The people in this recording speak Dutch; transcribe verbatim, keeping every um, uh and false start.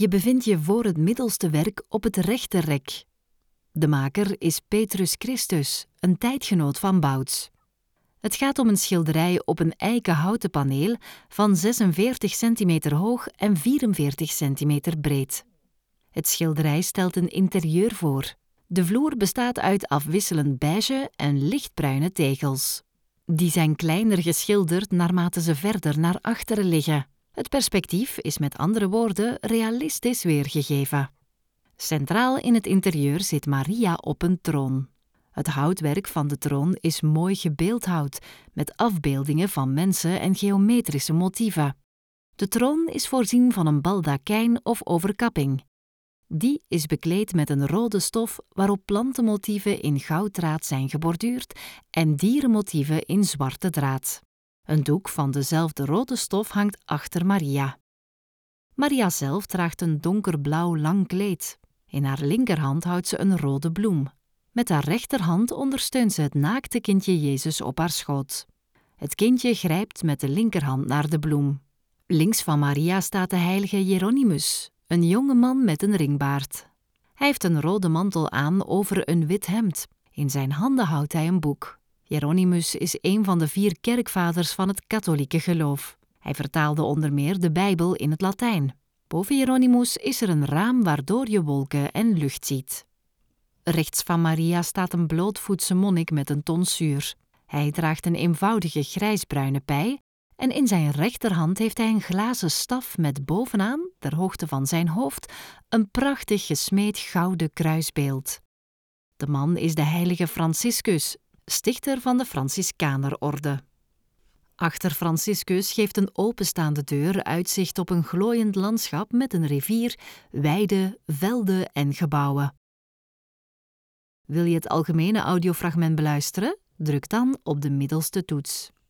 Je bevindt je voor het middelste werk op het rechte rek. De maker is Petrus Christus, een tijdgenoot van Bouts. Het gaat om een schilderij op een eikenhouten paneel van zesenveertig centimeter hoog en vierenveertig centimeter breed. Het schilderij stelt een interieur voor. De vloer bestaat uit afwisselend beige en lichtbruine tegels. Die zijn kleiner geschilderd naarmate ze verder naar achteren liggen. Het perspectief is met andere woorden realistisch weergegeven. Centraal in het interieur zit Maria op een troon. Het houtwerk van de troon is mooi gebeeldhouwd, met afbeeldingen van mensen en geometrische motieven. De troon is voorzien van een baldakijn of overkapping. Die is bekleed met een rode stof waarop plantenmotieven in gouddraad zijn geborduurd en dierenmotieven in zwarte draad. Een doek van dezelfde rode stof hangt achter Maria. Maria zelf draagt een donkerblauw lang kleed. In haar linkerhand houdt ze een rode bloem. Met haar rechterhand ondersteunt ze het naakte kindje Jezus op haar schoot. Het kindje grijpt met de linkerhand naar de bloem. Links van Maria staat de heilige Jeronimus, een jonge man met een ringbaard. Hij heeft een rode mantel aan over een wit hemd. In zijn handen houdt hij een boek. Jeronimus is een van de vier kerkvaders van het katholieke geloof. Hij vertaalde onder meer de Bijbel in het Latijn. Boven Jeronimus is er een raam waardoor je wolken en lucht ziet. Rechts van Maria staat een blootvoetse monnik met een tonsuur. Hij draagt een eenvoudige grijsbruine pij en in zijn rechterhand heeft hij een glazen staf met bovenaan, ter hoogte van zijn hoofd, een prachtig gesmeed gouden kruisbeeld. De man is de heilige Franciscus, stichter van de Franciscanerorde. Achter Franciscus geeft een openstaande deur uitzicht op een glooiend landschap met een rivier, weiden, velden en gebouwen. Wil je het algemene audiofragment beluisteren? Druk dan op de middelste toets.